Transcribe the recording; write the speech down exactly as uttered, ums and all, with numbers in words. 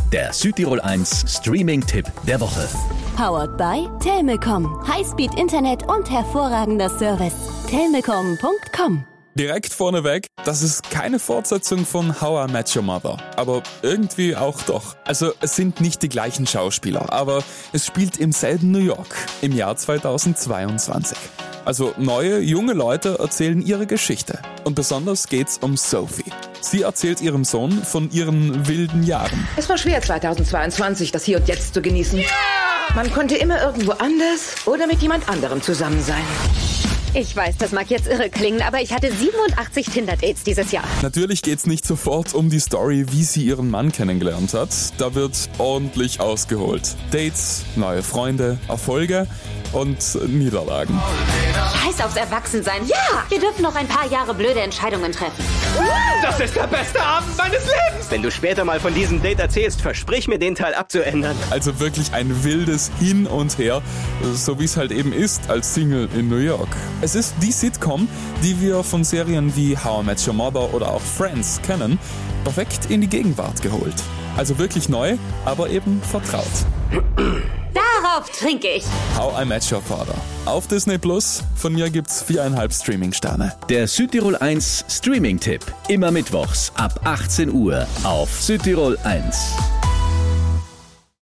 der Südtirol eins Streaming-Tipp der Woche. Powered by Telmecom. Highspeed-Internet und hervorragender Service. Telmecom Punkt com. Direkt vorneweg, das ist keine Fortsetzung von How I Met Your Mother, aber irgendwie auch doch. Also es sind nicht die gleichen Schauspieler, aber es spielt im selben New York im Jahr zweitausendzweiundzwanzig. Also neue, junge Leute erzählen ihre Geschichte. Und besonders geht's um Sophie. Sie erzählt ihrem Sohn von ihren wilden Jahren. Es war schwer, zweitausendzweiundzwanzig das Hier und Jetzt zu genießen. Ja! Man konnte immer irgendwo anders oder mit jemand anderem zusammen sein. Ich weiß, das mag jetzt irre klingen, aber ich hatte siebenundachtzig Tinder-Dates dieses Jahr. Natürlich geht's nicht sofort um die Story, wie sie ihren Mann kennengelernt hat. Da wird ordentlich ausgeholt. Dates, neue Freunde, Erfolge und Niederlagen. Scheiß aufs Erwachsensein. Ja, wir dürfen noch ein paar Jahre blöde Entscheidungen treffen. Das ist der beste Abend meines Lebens! Wenn du später mal von diesem Date erzählst, versprich mir, den Teil abzuändern. Also wirklich ein wildes Hin und Her, so wie es halt eben ist als Single in New York. Es ist die Sitcom, die wir von Serien wie How I Met Your Mother oder auch Friends kennen, perfekt in die Gegenwart geholt. Also wirklich neu, aber eben vertraut. Darauf trinke ich. How I Met Your Father. Auf Disney Plus. Von mir gibt's viereinhalb Streaming-Sterne. Der Südtirol eins Streaming-Tipp. Immer mittwochs ab achtzehn Uhr auf Südtirol eins.